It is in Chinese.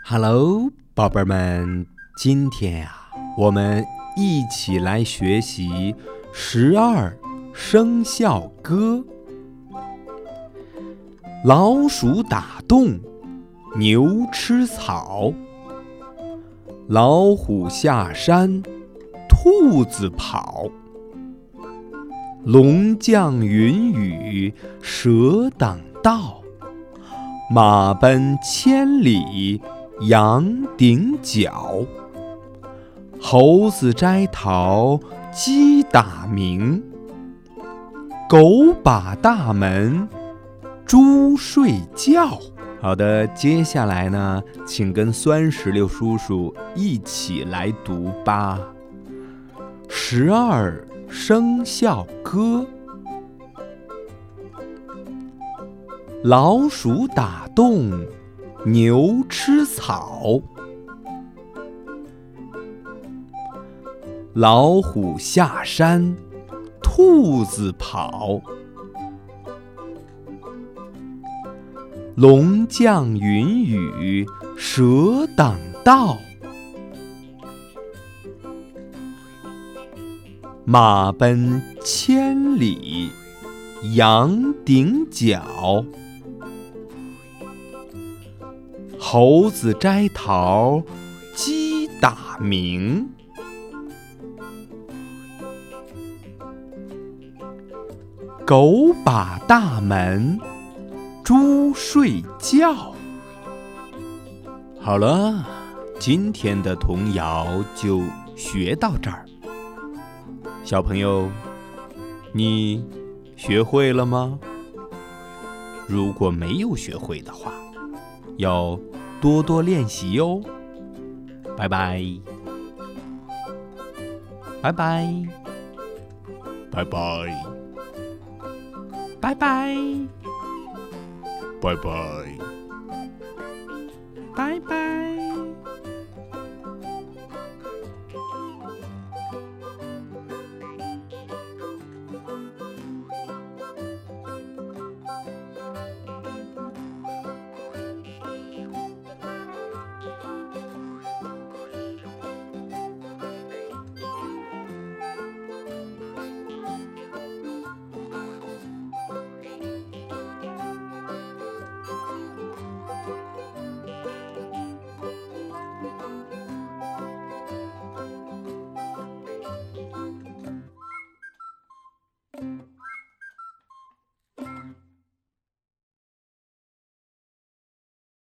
Hello， 宝贝们，今天我们一起来学习12生肖歌。老鼠打洞，牛吃草，老虎下山，兔子跑，龙降云雨，蛇挡道，马奔千里，羊顶角，猴子摘桃，鸡打鸣，狗把大门，猪睡觉。好的，接下来呢，请跟酸石榴叔叔一起来读吧。12生肖歌。老鼠打洞，牛吃草，老虎下山，兔子跑，龙降云雨，蛇挡道，马奔千里，羊顶角，猴子摘桃，鸡打鸣，狗把大门，猪睡觉。好了，今天的童谣就学到这儿。小朋友，你学会了吗？如果没有学会的话，要多多练习哟。拜拜，拜拜，拜拜，拜拜，拜拜，拜拜。